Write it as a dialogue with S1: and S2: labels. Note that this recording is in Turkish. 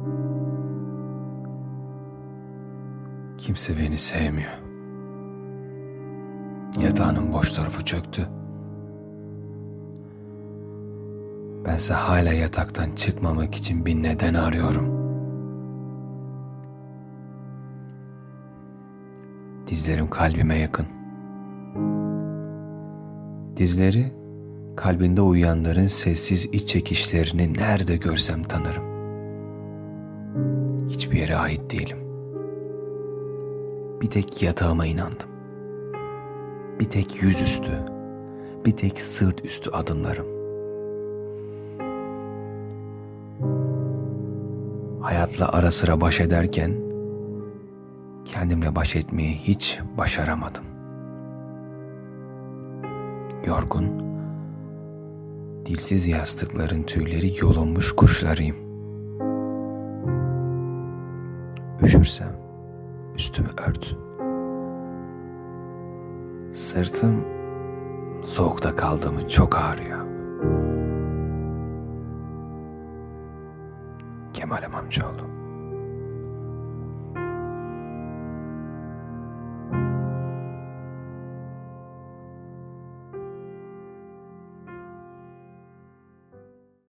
S1: Kimse beni sevmiyor. Yatağının boş tarafı çöktü. Bense hala yataktan çıkmamak için bir neden arıyorum. Dizlerim kalbime yakın. Dizleri kalbinde uyuyanların sessiz iç çekişlerini nerede görsem tanırım. Hiçbir yere ait değilim. Bir tek yatağıma inandım. Bir tek yüzüstü, bir tek sırt üstü adımlarım. Hayatla ara sıra baş ederken kendimle baş etmeyi hiç başaramadım. Yorgun, dilsiz yastıkların tüyleri yolunmuş kuşlarıyım. Üşürsem üstümü ört. Sırtım soğukta kaldığımı çok ağrıyor. Kemal Amamcıoğlu.